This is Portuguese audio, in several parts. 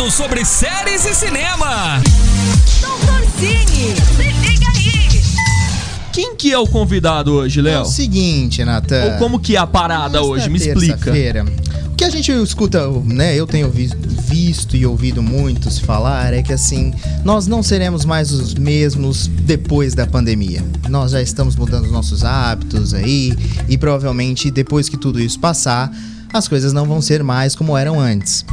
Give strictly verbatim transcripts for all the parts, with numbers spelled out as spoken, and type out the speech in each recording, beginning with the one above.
tudo sobre séries e cinema. Doutor Cine, se liga aí. Quem que é o convidado hoje, Léo? É o seguinte, Natan. Ou como que é a parada Nesta hoje? Me explica. O que a gente escuta, né, eu tenho vi- visto e ouvido muitos falar é que assim, nós não seremos mais os mesmos depois da pandemia. Nós já estamos mudando os nossos hábitos aí e provavelmente depois que tudo isso passar, as coisas não vão ser mais como eram antes.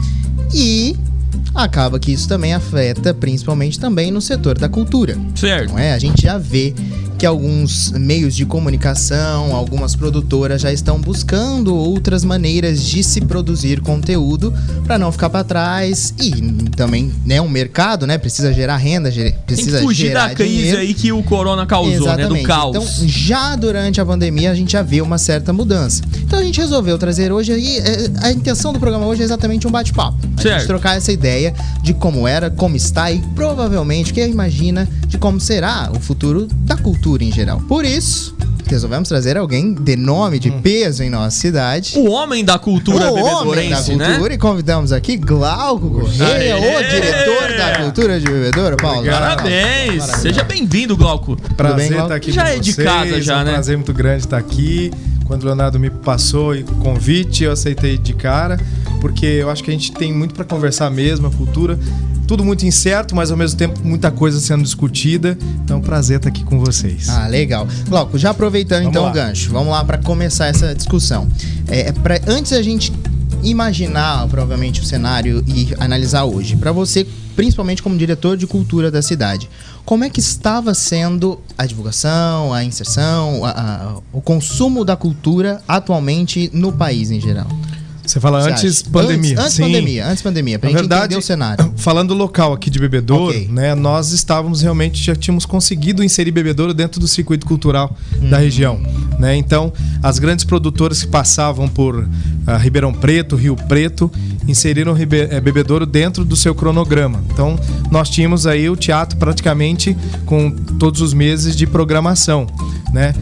E acaba que isso também afeta principalmente também no setor da cultura. Certo. Não é? A gente já vê que alguns meios de comunicação, algumas produtoras já estão buscando outras maneiras de se produzir conteúdo para não ficar para trás e também, né, um mercado, né, precisa gerar renda, ger- precisa Tem que fugir gerar da crise dinheiro. aí que o corona causou, Exatamente. né? Do caos. Então, já durante a pandemia, a gente já vê uma certa mudança. Então, a gente resolveu trazer hoje aí... é, a intenção do programa hoje é exatamente um bate-papo. A Certo. gente trocar essa ideia de como era, como está e provavelmente o que imagina de como será o futuro da cultura em geral. Por isso, resolvemos trazer alguém de nome, de peso em nossa cidade. O homem da cultura O homem da bebedorense, cultura, né? e convidamos aqui Glauco Correia, Aê! o diretor da cultura de Bebedouro. Paulo. Parabéns. Maravilha. Seja bem-vindo, Glauco. Prazer bem, Glauco? estar aqui Já com é de vocês, casa já, é um né? prazer muito grande estar aqui. Quando o Leonardo me passou o convite, eu aceitei de cara, porque eu acho que a gente tem muito para conversar mesmo, a cultura. Tudo muito incerto, mas ao mesmo tempo muita coisa sendo discutida. Então é um prazer estar aqui com vocês. Ah, legal. Glauco, já aproveitando Vamos então lá. o gancho, vamos lá para começar essa discussão. É, pra, antes a gente imaginar provavelmente o cenário e analisar hoje, para você, principalmente como diretor de cultura da cidade, como é que estava sendo a divulgação, a inserção, a- a- o consumo da cultura atualmente no país em geral? Você fala Você antes acha? pandemia. Antes, antes Sim. pandemia, antes pandemia, pra Na gente verdade, entender o cenário. falando local aqui de Bebedouro, Ok. né, nós estávamos realmente, já tínhamos conseguido inserir Bebedouro dentro do circuito cultural da Uhum. região. Né? Então, as grandes produtoras que passavam por ah, Ribeirão Preto, Rio Preto, inseriram Ribe- eh, Bebedouro dentro do seu cronograma. Então, nós tínhamos aí o teatro praticamente com todos os meses de programação. Né?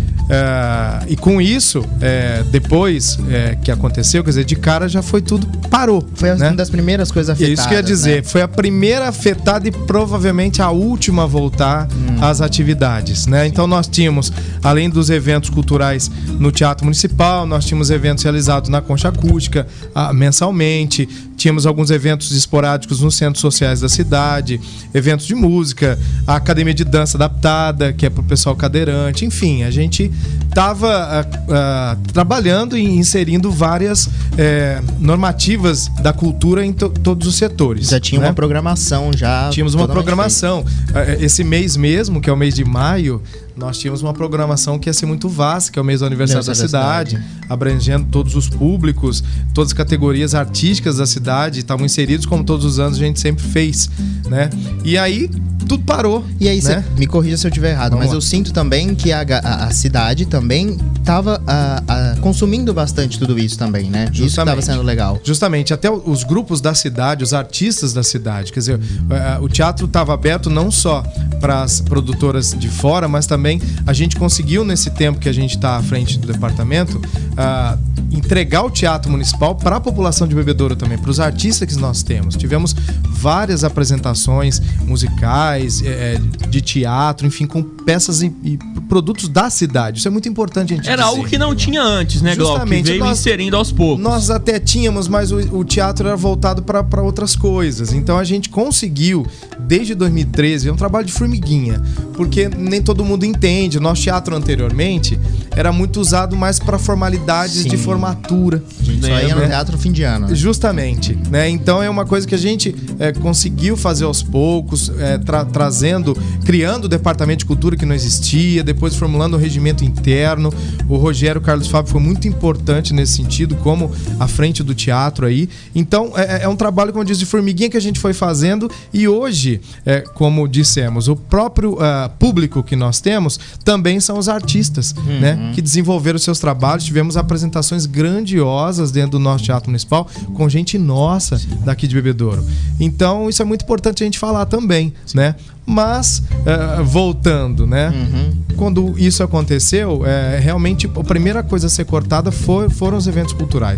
Ah, e com isso, eh, depois eh, que aconteceu, quer dizer, de cara já foi tudo, parou. Foi né? uma das primeiras coisas E afetadas. é isso que eu ia dizer, né? foi a primeira afetada e provavelmente a última a voltar às atividades, né? Então nós tínhamos, além dos eventos culturais no Teatro Municipal, nós tínhamos eventos realizados na Concha Acústica ah, mensalmente, tínhamos alguns eventos esporádicos nos centros sociais da cidade, eventos de música, a Academia de Dança Adaptada, que é para o pessoal cadeirante, enfim, a gente estava trabalhando e inserindo várias eh, normativas da cultura em to- todos os setores. Já tinha né? uma programação já. Tínhamos uma totalmente programação. Eh, Esse mês mesmo, que é o mês de maio, nós tínhamos uma programação que ia ser muito vasta, que é o mês do aniversário da Aniversário da cidade, abrangendo todos os públicos, todas as categorias artísticas da cidade, estavam inseridos como todos os anos a gente sempre fez, né? E aí tudo parou. E aí, cê, né? me corrija se eu estiver errado, Vamos mas lá. eu sinto também que a, ga- a, a cidade também estava consumindo bastante tudo isso também, né? Isso que estava Justamente. sendo legal. Justamente, até o- os grupos da cidade, os artistas da cidade, quer dizer, eh, o teatro estava aberto não só para as produtoras de fora, mas também a gente conseguiu, nesse tempo que a gente está à frente do departamento, ah, entregar o teatro municipal para a população de Bebedouro também, para os artistas que nós temos. Tivemos várias apresentações musicais, eh, de teatro, enfim, com peças e, e produtos da cidade. Isso é muito importante a gente Era dizer. algo que não tinha antes, né, Glauco? Que Justamente, veio nós- inserindo aos poucos. Nós até tínhamos, mas o, o teatro era voltado para outras coisas. Então a gente conseguiu, desde dois mil e treze, é um trabalho de formiguinha, porque nem todo mundo entende. O nosso teatro anteriormente era muito usado mais para formalidades Sim. de formatura. Isso aí é no né? teatro fim de ano. Né? Justamente, né? Então é uma coisa que a gente é, conseguiu fazer aos poucos, é, tra- trazendo, criando o departamento de cultura que não existia, depois formulando o regimento interno. O Rogério Carlos Fábio foi muito importante nesse sentido, como à frente do teatro aí. Então é, é um trabalho, como eu disse, de formiguinha que a gente foi fazendo e hoje, é, como dissemos, o próprio ah, público que nós temos também são os artistas, né? Que desenvolveram seus trabalhos. Tivemos apresentações grandiosas dentro do nosso Teatro Municipal com gente nossa daqui de Bebedouro. Então isso é muito importante a gente falar também, né? Mas, eh, voltando, né? Quando isso aconteceu, eh, realmente a primeira coisa a ser cortada foi- foram os eventos culturais.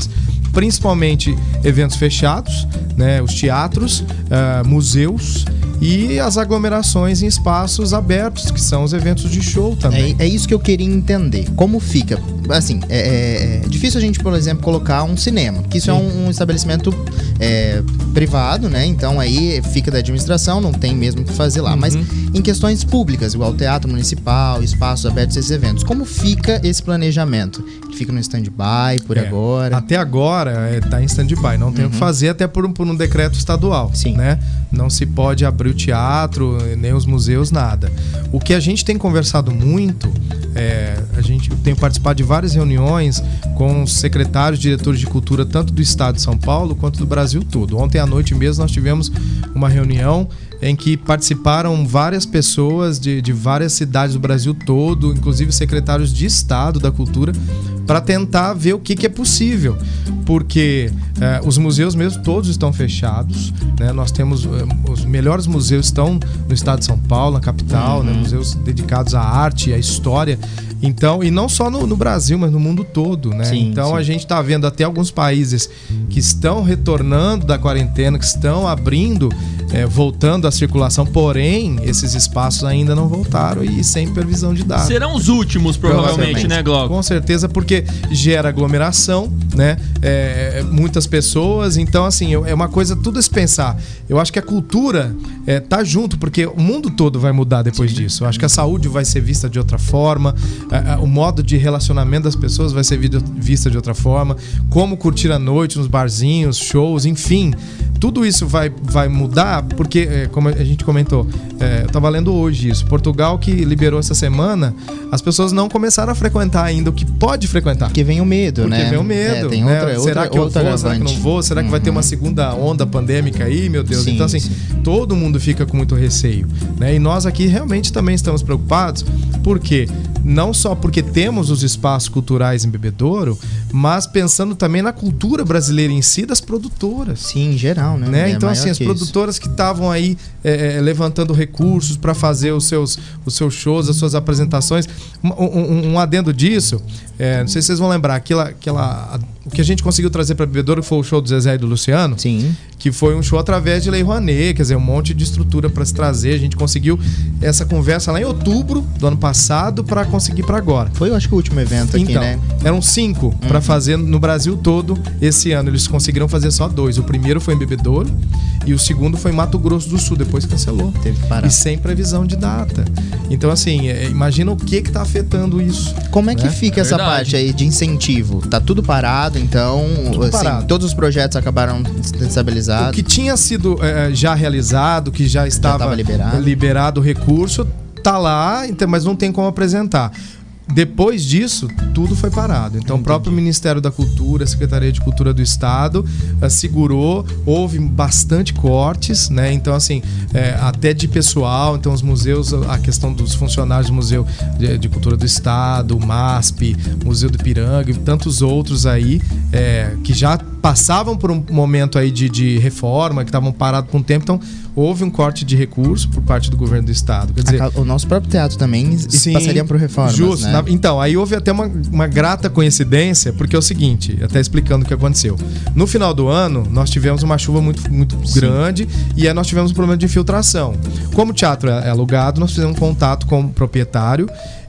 principalmente eventos fechados, né, os teatros, uh, museus e as aglomerações em espaços abertos, que são os eventos de show também. É, é isso que eu queria entender. Como fica? Assim, é, é difícil a gente, por exemplo, colocar um cinema, que isso Sim. é um, um estabelecimento é, privado, né? Então aí fica da administração, não tem mesmo o que fazer lá. Uhum. Mas em questões públicas, igual teatro municipal, espaços abertos a esses eventos, como fica esse planejamento? Ele fica no stand-by por é, agora? Até agora está é, em stand-by, não tem uhum. o que fazer, até por um, por um decreto estadual. Sim. Né? Não se pode abrir o teatro, nem os museus, nada. O que a gente tem conversado muito, é, a gente tem participado de várias reuniões com os secretários, diretores de cultura, tanto do estado de São Paulo quanto do Brasil todo. Ontem à noite mesmo nós tivemos uma reunião em que participaram várias pessoas de, de várias cidades do Brasil todo, inclusive secretários de Estado da Cultura, para tentar ver o que, que é possível, porque eh, os museus mesmo todos estão fechados, né? Nós temos eh, os melhores museus estão no estado de São Paulo, na capital, uhum. né? Museus dedicados à arte, à história. Então, e não só no, no Brasil, mas no mundo todo, né? Sim, então sim. a gente está vendo até alguns países que estão retornando da quarentena, que estão abrindo, é, voltando à circulação, porém, esses espaços ainda não voltaram e sem previsão de data. Serão os últimos, provavelmente, provavelmente. né, Glauco? Com certeza, porque gera aglomeração, né? É, muitas pessoas, então, assim, é uma coisa, tudo a se pensar. Eu acho que a cultura é, tá junto, porque o mundo todo vai mudar depois Sim. disso. Eu acho que a saúde vai ser vista de outra forma, o modo de relacionamento das pessoas vai ser vista de outra forma, como curtir a noite nos barzinhos, shows, enfim, tudo isso vai, vai mudar, porque, como a gente comentou, é, eu estava lendo hoje isso, Portugal, que liberou essa semana, as pessoas não começaram a frequentar ainda o que pode frequentar. Porque vem o medo, porque né? Porque vem o medo, é, tem né? outra, será outra, que eu outra vou, será que não vou? Será que uhum. vai ter uma segunda onda pandêmica aí, meu Deus? Sim, então, assim, sim. todo mundo fica com muito receio, né? E nós aqui realmente também estamos preocupados, porque não só porque temos os espaços culturais em Bebedouro, mas pensando também na cultura brasileira em si, das produtoras. Sim, em geral, né? né? É Então, assim, as que produtoras isso. que estavam aí é, levantando recursos para fazer os seus, os seus shows, as suas apresentações. Um, um, um adendo disso, é, não sei se vocês vão lembrar, aquela, aquela, o que a gente conseguiu trazer para Bebedouro foi o show do Zezé e do Luciano. Sim. Que foi um show através de Lei Rouanet, quer dizer, um monte de estrutura para se trazer. A gente conseguiu essa conversa lá em outubro do ano passado para conseguir para agora. Foi, eu acho que o último evento aqui, então, né? Eram cinco uhum. para fazer no Brasil todo. Esse ano eles conseguiram fazer só dois. O primeiro foi em Bebedouro e o segundo foi em Mato Grosso do Sul. Depois cancelou. Teve que parar. E sem previsão de data. Então, assim, é, imagina o que que tá afetando isso. Como é que né? fica é essa verdade. parte aí de incentivo? Tá tudo parado, então, Tudo assim, parado. todos os projetos acabaram estabilizados. O que tinha sido é, já realizado, que já estava já liberado. liberado o recurso, tá lá, então, mas não tem como apresentar. Depois disso, tudo foi parado. Então, Entendi. O próprio Ministério da Cultura, a Secretaria de Cultura do Estado, uh, segurou, houve bastante cortes, né? Então, assim, é, até de pessoal, então os museus, a questão dos funcionários do Museu de, de Cultura do Estado, o MASP, Museu do Ipiranga e tantos outros aí, é, que já passavam por um momento aí de, de reforma, que estavam parados por um tempo, então houve um corte de recurso por parte do governo do estado. Quer dizer, o nosso próprio teatro também sim, passaria por reformas, justo, né? Na, então, aí houve até uma, uma grata coincidência, porque é o seguinte, até explicando o que aconteceu. No final do ano, nós tivemos uma chuva muito, muito grande e aí nós tivemos um problema de infiltração. Como o teatro é alugado, nós fizemos um contato com o proprietário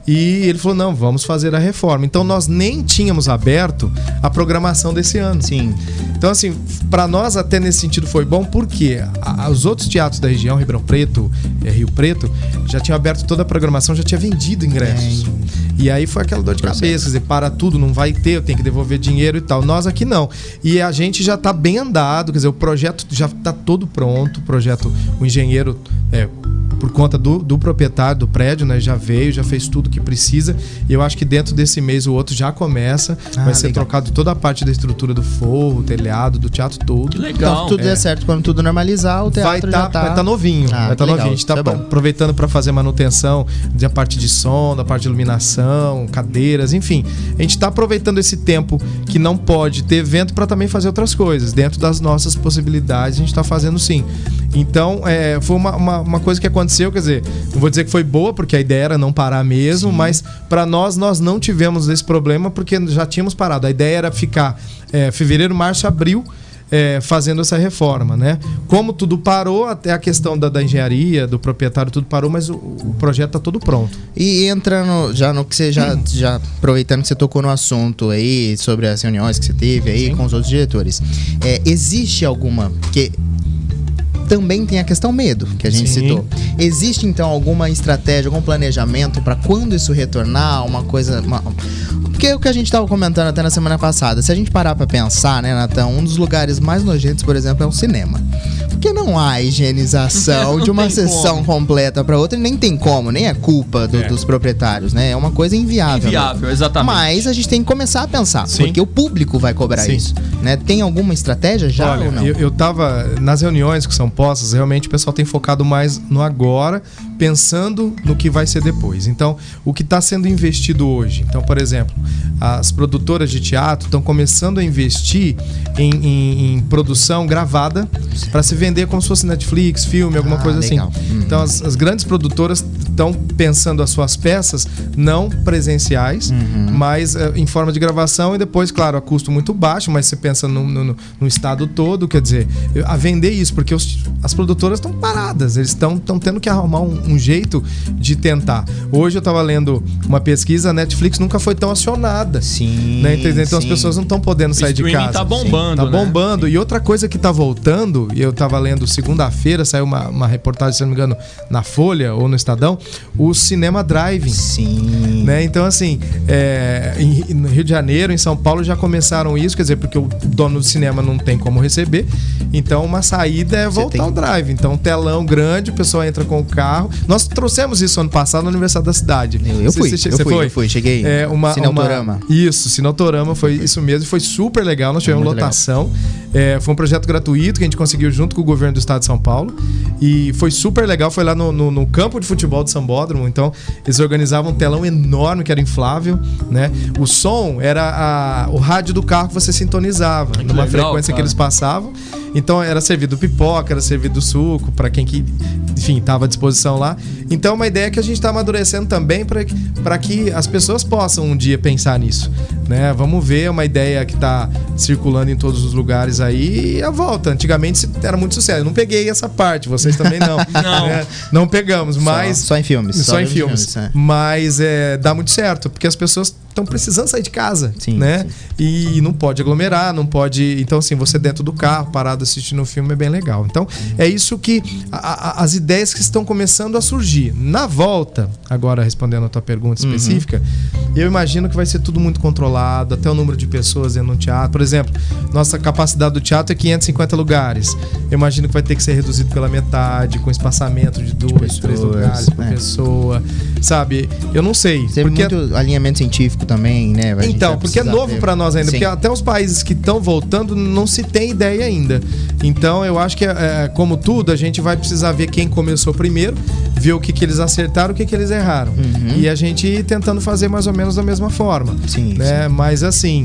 e ele falou, não, vamos fazer a reforma. Então nós nem tínhamos aberto a programação desse ano. Sim. Então, assim, para nós até nesse sentido foi bom, porque a, os outros teatros da região, Ribeirão Preto, é, Rio Preto, já tinham aberto toda a programação, já tinha vendido ingressos. É. E aí foi aquela dor de cabeça, quer dizer, para tudo, não vai ter, eu tenho que devolver dinheiro e tal. Nós aqui não. E a gente já está bem andado, quer dizer, o projeto já está todo pronto, o projeto, o engenheiro, é, por conta do, do proprietário do prédio, né, já veio, já fez tudo que precisa. E eu acho que dentro desse mês o outro já começa. Ah, vai ser legal. Trocado toda a parte da estrutura do forro, telhado, do teatro todo. Que legal. Então, se tudo é. der certo, quando tudo normalizar, o teatro vai tá, já tá... Vai estar tá novinho. Ah, vai estar tá novinho. A gente está tá aproveitando para fazer manutenção da parte de som, da parte de iluminação, cadeiras, enfim. A gente está aproveitando esse tempo que não pode ter evento para também fazer outras coisas. Dentro das nossas possibilidades, a gente está fazendo sim. Então, é, foi uma, uma, uma coisa que aconteceu, quer dizer, não vou dizer que foi boa, porque a ideia era não parar mesmo, Sim. mas para nós, nós não tivemos esse problema, porque já tínhamos parado. A ideia era ficar é, fevereiro, março, abril, É, fazendo essa reforma, né? Como tudo parou, até a questão da, da engenharia, do proprietário, tudo parou, mas o, o projeto está todo pronto. E entrando já no que você já, hum. já aproveitando que você tocou no assunto aí, sobre as reuniões que você teve aí Sim. com os outros diretores, é, existe alguma... Porque também tem a questão medo, que a gente Sim. citou. Existe, então, alguma estratégia, algum planejamento para quando isso retornar, uma coisa... Uma... Porque é o que a gente estava comentando até na semana passada. Se a gente parar para pensar, né, Natan, um dos lugares mais nojentos, por exemplo, é o cinema. Porque não há higienização de uma sessão como. completa para outra, e nem tem como, nem é culpa do, é. dos proprietários, né? É uma coisa inviável. Inviável, né? Exatamente. Mas a gente tem que começar a pensar, Sim. porque o público vai cobrar Sim. isso, né? Tem alguma estratégia já Olha, ou não? Eu, eu tava nas reuniões que são postas, realmente o pessoal tem focado mais no agora, pensando no que vai ser depois. Então, o que está sendo investido hoje? Então, por exemplo, as produtoras de teatro estão começando a investir em, em, em produção gravada para se vender como se fosse Netflix, filme, alguma ah, coisa legal. assim. Uhum. Então, as, as grandes produtoras estão pensando as suas peças não presenciais, uhum. mas uh, em forma de gravação, e depois, claro, a custo muito baixo, mas você pensa no, no, no estado todo, quer dizer, a vender isso, porque os, as produtoras estão paradas, eles estão tendo que arrumar um, um jeito de tentar. Hoje eu estava lendo uma pesquisa, a Netflix nunca foi tão acionada. Sim. Né? Então sim. as pessoas não estão podendo sair de casa. O streaming tá bombando, Tá né? bombando. E outra coisa que tá voltando, e eu tava lendo segunda-feira, saiu uma, uma reportagem, se não me engano, na Folha ou no Estadão, o cinema drive-in. Sim. Né? Então, assim, é, em, no Rio de Janeiro, em São Paulo, já começaram isso, quer dizer, porque o dono do cinema não tem como receber. Então, uma saída é voltar tem... ao drive. Então, telão grande, o pessoal entra com o carro. Nós trouxemos isso ano passado na Universidade da Cidade. Eu, eu fui, você, eu, você fui foi? eu fui, cheguei. É, uma, Cineautorama. Uma, isso, Cineautorama, foi isso mesmo. Foi super legal, nós tivemos lotação. É, foi um projeto gratuito que a gente conseguiu junto com o governo do estado de São Paulo. E foi super legal, foi lá no, no, no campo de futebol de Sambódromo. Então, eles organizavam um telão enorme, que era inflável, né? O som era a, o rádio do carro que você sintonizava, que numa legal, frequência cara. que eles passavam. Então, era servido pipoca, era servido suco, para quem que, enfim, estava à disposição lá. Então, uma ideia que a gente está amadurecendo também para que as pessoas possam um dia pensar nisso, né? Vamos ver, uma ideia que está circulando em todos os lugares aí, e a volta. Antigamente era muito sucesso. Eu não peguei essa parte, vocês também não. não. Né? Não pegamos, mas... Só, só em filmes. Só, só em filmes. filmes é. Mas é, dá muito certo, porque as pessoas estão precisando sair de casa, sim, né? Sim. E não pode aglomerar, não pode... Então, assim, você dentro do carro, parado assistindo um filme, é bem legal. Então, é isso que... A, a, as ideias que estão começando a surgir. Na volta, agora respondendo a tua pergunta específica, uhum. eu imagino que vai ser tudo muito controlado, até o número de pessoas dentro do teatro. Por exemplo, nossa capacidade do teatro é quinhentos e cinquenta lugares. Eu imagino que vai ter que ser reduzido pela metade, com espaçamento de dois, pessoas, três lugares por é. pessoa. Sabe? Eu não sei. Tem porque... muito alinhamento científico também, né? A então, porque é novo para nós ainda. Sim. Porque até os países que estão voltando não se tem ideia ainda. Então, eu acho que, é, como tudo, a gente vai precisar ver quem começou primeiro, ver o que, que eles acertaram, o que, que eles erraram. Uhum. E a gente ir tentando fazer mais ou menos da mesma forma. Sim, né? sim. Mas, assim,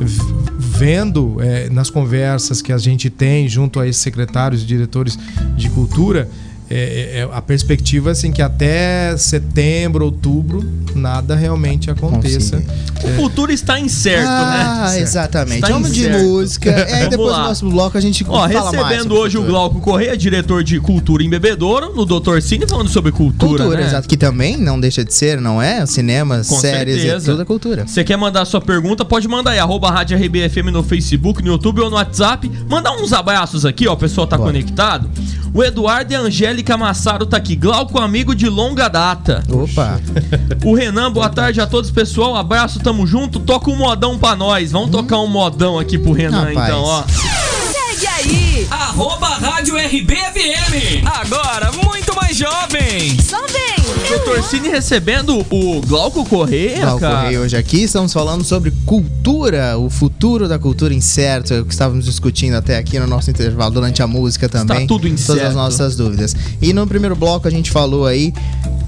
vendo é, nas conversas que a gente tem junto a esses secretários e diretores de cultura, É, é, a perspectiva assim que até setembro, outubro nada realmente aconteça. O futuro está incerto, ah, né? Exatamente. Está Vamos incerto. de música. E aí depois do nosso bloco a gente Ó, fala recebendo mais. Recebendo hoje o Glauco Correia, diretor de cultura em Bebedouro, no doutor Cine, falando sobre cultura. Cultura, né? exato. Que também não deixa de ser, não é? Cinema, Com séries certeza. e tudo é cultura. Você quer mandar sua pergunta? Pode mandar aí, arroba Rádio R B F M no Facebook, no YouTube ou no WhatsApp. Mandar uns abraços aqui, ó, o pessoal tá Bora. conectado. O Eduardo e a Angélica Massaro tá aqui. Glauco, amigo de longa data. Opa. O Renan, boa tarde a todos, pessoal. Abraço, tamo junto. Toca um modão pra nós. Vamos hum. tocar um modão aqui pro Renan, Rapaz. então, ó. Segue aí. Arroba Rádio R B F M. Agora, muito mais jovem. Só vem. doutor Cine recebendo o Glauco Correia, Glauco cara. Correia hoje aqui. Estamos falando sobre cultura, o futuro da cultura incerto, é o que estávamos discutindo até aqui no nosso intervalo, durante a música também. Está tudo incerto. Todas as nossas dúvidas. E no primeiro bloco a gente falou aí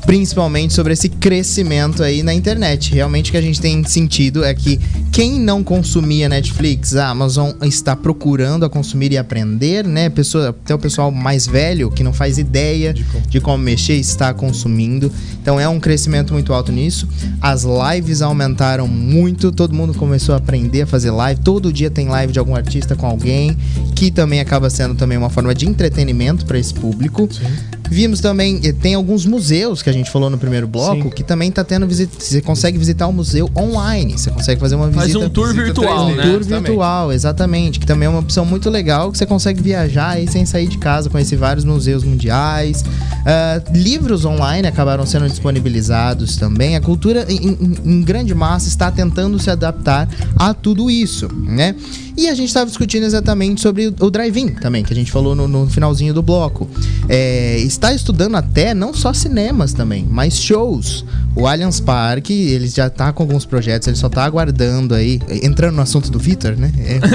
principalmente sobre esse crescimento aí na internet. Realmente o que a gente tem sentido é que quem não consumia Netflix, a Amazon está procurando a consumir e aprender, né? Pessoa, até o pessoal mais velho que não faz ideia de como, de como mexer está consumindo. Então é um crescimento muito alto nisso. As lives aumentaram muito, todo mundo começou a aprender a fazer live. Todo dia tem live de algum artista com alguém, que também acaba sendo também uma forma de entretenimento para esse público. Sim. Vimos também, tem alguns museus que a gente falou no primeiro bloco, Sim. que também tá tendo visita. Você consegue visitar o museu online. Você consegue fazer uma visita. Faz um tour virtual, um né? tour virtual, exatamente. Que também é uma opção muito legal, que você consegue viajar aí sem sair de casa, conhecer vários museus mundiais. Uh, livros online acabaram sendo disponibilizados também. A cultura, em, em, em grande massa, está tentando se adaptar a tudo isso, né? E a gente estava discutindo exatamente sobre o drive-in também, que a gente falou no, no finalzinho do bloco. É, está estudando até não só cinemas também, mas shows. O Allianz Parque, ele já tá com alguns projetos, ele só tá aguardando aí, entrando no assunto do Vitor, né?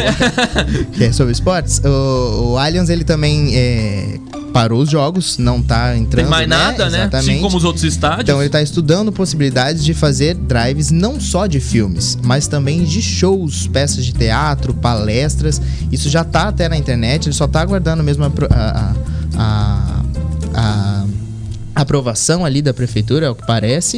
É, que é sobre esportes. O, o Allianz, ele também é, parou os jogos, não tá entrando. Tem mais né? nada, né? Exatamente. Assim como os outros estádios. Então ele tá estudando possibilidades de fazer drives não só de filmes, mas também de shows, peças de teatro, palestras. Isso já tá até na internet, ele só tá aguardando mesmo a, a, a, a aprovação ali da prefeitura, é o que parece.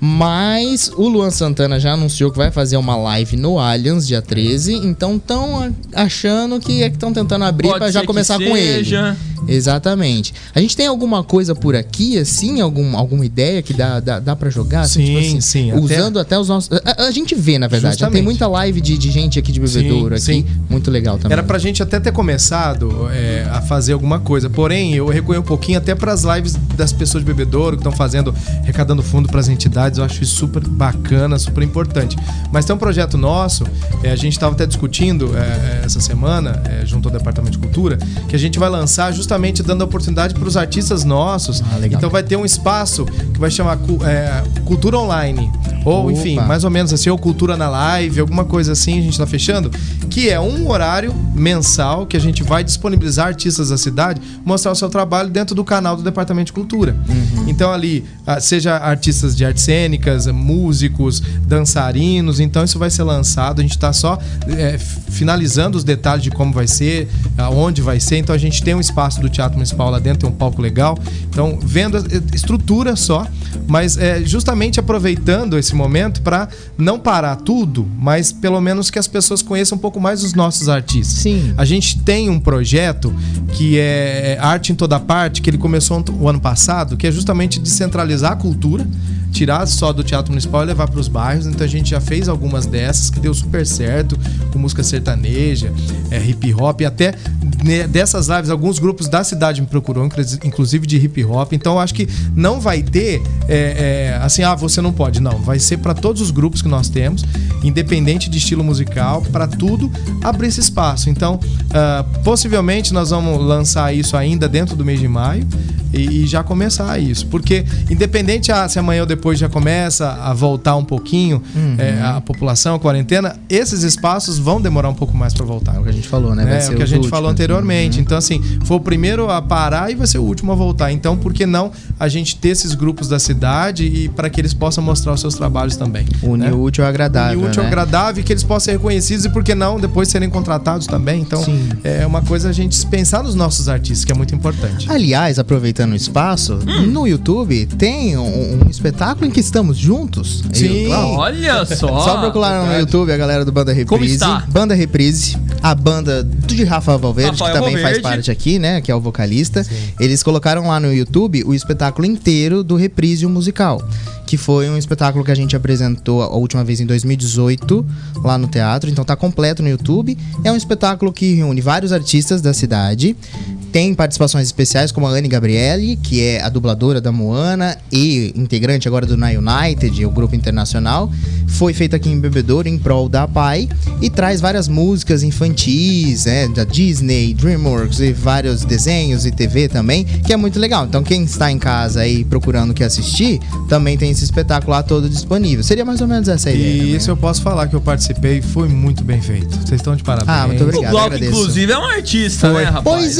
Mas o Luan Santana já anunciou que vai fazer uma live no Allianz dia treze. Então estão achando que é que estão tentando abrir para já começar com ele. Exatamente. A gente tem alguma coisa por aqui, assim, algum, alguma ideia que dá, dá, dá pra jogar? Assim, sim, tipo assim, sim. Usando até, até os nossos... A, a gente vê, na verdade. Já tem muita live de, de gente aqui de bebedouro sim, aqui. Sim. Muito legal também. Era pra gente até ter começado é, a fazer alguma coisa. Porém, eu recuei um pouquinho até pras lives das pessoas de bebedouro que estão fazendo, arrecadando fundo pras entidades. Eu acho isso super bacana, super importante. Mas tem um projeto nosso, é, a gente estava até discutindo é, essa semana, é, junto ao Departamento de Cultura, que a gente vai lançar justamente dando a oportunidade para os artistas nossos. Ah, então vai ter um espaço que vai chamar é, Cultura Online. Ou, Opa. enfim, mais ou menos assim, ou Cultura na Live, alguma coisa assim, a gente tá fechando, que é um horário mensal que a gente vai disponibilizar artistas da cidade, mostrar o seu trabalho dentro do canal do Departamento de Cultura. Uhum. Então ali, seja artistas de artes cênicas, músicos, dançarinos, então isso vai ser lançado, a gente tá só é, finalizando os detalhes de como vai ser, aonde vai ser, então a gente tem um espaço do Teatro Municipal lá dentro, tem um palco legal, então vendo a estrutura só, mas é, justamente aproveitando esse momento para não parar tudo, mas pelo menos que as pessoas conheçam um pouco mais os nossos artistas. Sim. A gente tem um projeto que é Arte em Toda Parte, que ele começou o ano passado, que é justamente descentralizar a cultura, tirar só do Teatro Municipal e levar para os bairros. Então a gente já fez algumas dessas que deu super certo, com música sertaneja, é, hip hop, e até né, dessas lives alguns grupos da cidade me procurou, inclusive de hip hop. Então eu acho que não vai ter é, é, assim, ah, você não pode, não, vai ser para todos os grupos que nós temos, independente de estilo musical, para tudo abrir esse espaço. Então uh, possivelmente nós vamos lançar isso ainda dentro do mês de maio e, e já começar isso, porque independente ah, se amanhã ou depois já começa a voltar um pouquinho uhum. é, a população, a quarentena, esses espaços vão demorar um pouco mais para voltar. É o que a gente falou, né? Vai é ser o que a gente últimos. falou anteriormente. Uhum. Então assim, foi o primeiro a parar e vai ser o último a voltar. Então por que não a gente ter esses grupos da cidade e para que eles possam mostrar os seus trabalhos também? Unir né? o útil ao agradável. Unir o útil ao né? agradável e que eles possam ser reconhecidos e por que não depois serem contratados também. Então Sim. é uma coisa a gente pensar nos nossos artistas, que é muito importante. Aliás, aproveitando o espaço, hum. no YouTube tem um, um espetáculo em que estamos juntos. Sim. Eu, olha só. Só procurar no YouTube a galera do Banda Reprise. Como está? Banda Reprise, a banda de Rafael Valverde, Rafael que também Valverde. faz parte aqui, né? Que é o vocalista. Sim. Eles colocaram lá no YouTube o espetáculo inteiro do Reprise, o musical. Que foi um espetáculo que a gente apresentou a última vez em dois mil e dezoito, lá no teatro. Então tá completo no YouTube. É um espetáculo que reúne vários artistas da cidade. Tem participações especiais como a Anne Gabriele, que é a dubladora da Moana e integrante agora do Na United, o grupo internacional. Foi feito aqui em Bebedouro em prol da P A I e traz várias músicas infantis, né, da Disney, DreamWorks e vários desenhos e T V também, que é muito legal. Então quem está em casa aí procurando o que assistir, também tem esse espetáculo lá todo disponível. Seria mais ou menos essa a ideia. E isso eu posso falar que eu participei e foi muito bem feito. Vocês estão de parabéns. Ah, muito obrigado. O Glauco, inclusive, é um artista, foi. né, rapaz? Pois é, exato.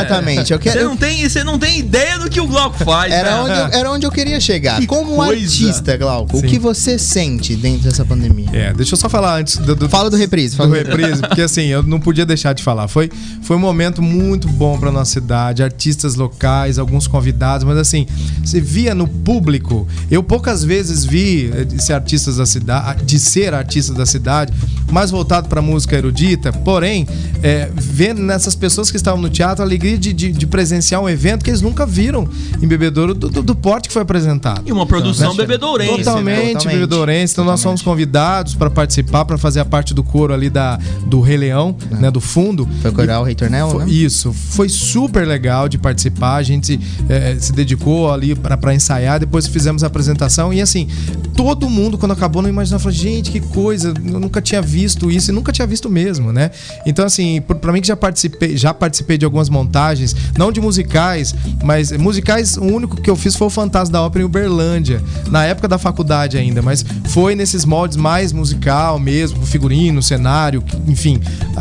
Exatamente. Eu quero, Você não tem, você não tem ideia do que o Glauco faz, era, né? onde eu, era onde eu queria chegar. Que Como coisa. artista, Glauco, Sim. o que você sente dentro dessa pandemia? É, deixa eu só falar antes do, do, Fala do reprise. Fala do reprise, porque assim, eu não podia deixar de falar. Foi, foi um momento muito bom pra nossa cidade, artistas locais, alguns convidados, mas assim, você via no público, eu poucas vezes vi de ser artistas da cidade, de ser artista da cidade, mais voltado pra música erudita, porém, é, vendo nessas pessoas que estavam no teatro a alegria de, de, de presenciar um evento que eles nunca viram em Bebedouro do, do, do porte que foi apresentado. E uma produção Então, bebedourense. né? Totalmente, Totalmente. bebedourense. Então nós Totalmente. fomos convidados para participar, para fazer a parte do coro ali da, do Rei Leão, né, do fundo. Foi o coral Rei Tornel, Foi- né? Isso, foi super legal de participar. A gente eh, se dedicou ali para ensaiar, depois fizemos a apresentação. E assim, todo mundo, quando acabou, não imaginava, falou, gente, que coisa, eu nunca tinha visto isso e nunca tinha visto mesmo, né? Então, assim, por- pra mim que já participei, já participei de algumas montagens, não de musicais, mas musicais, o único que eu fiz foi o Fantasma da Ópera em Uberlândia, na época da faculdade ainda, mas foi nesses moldes mais musical mesmo, figurino, cenário, enfim.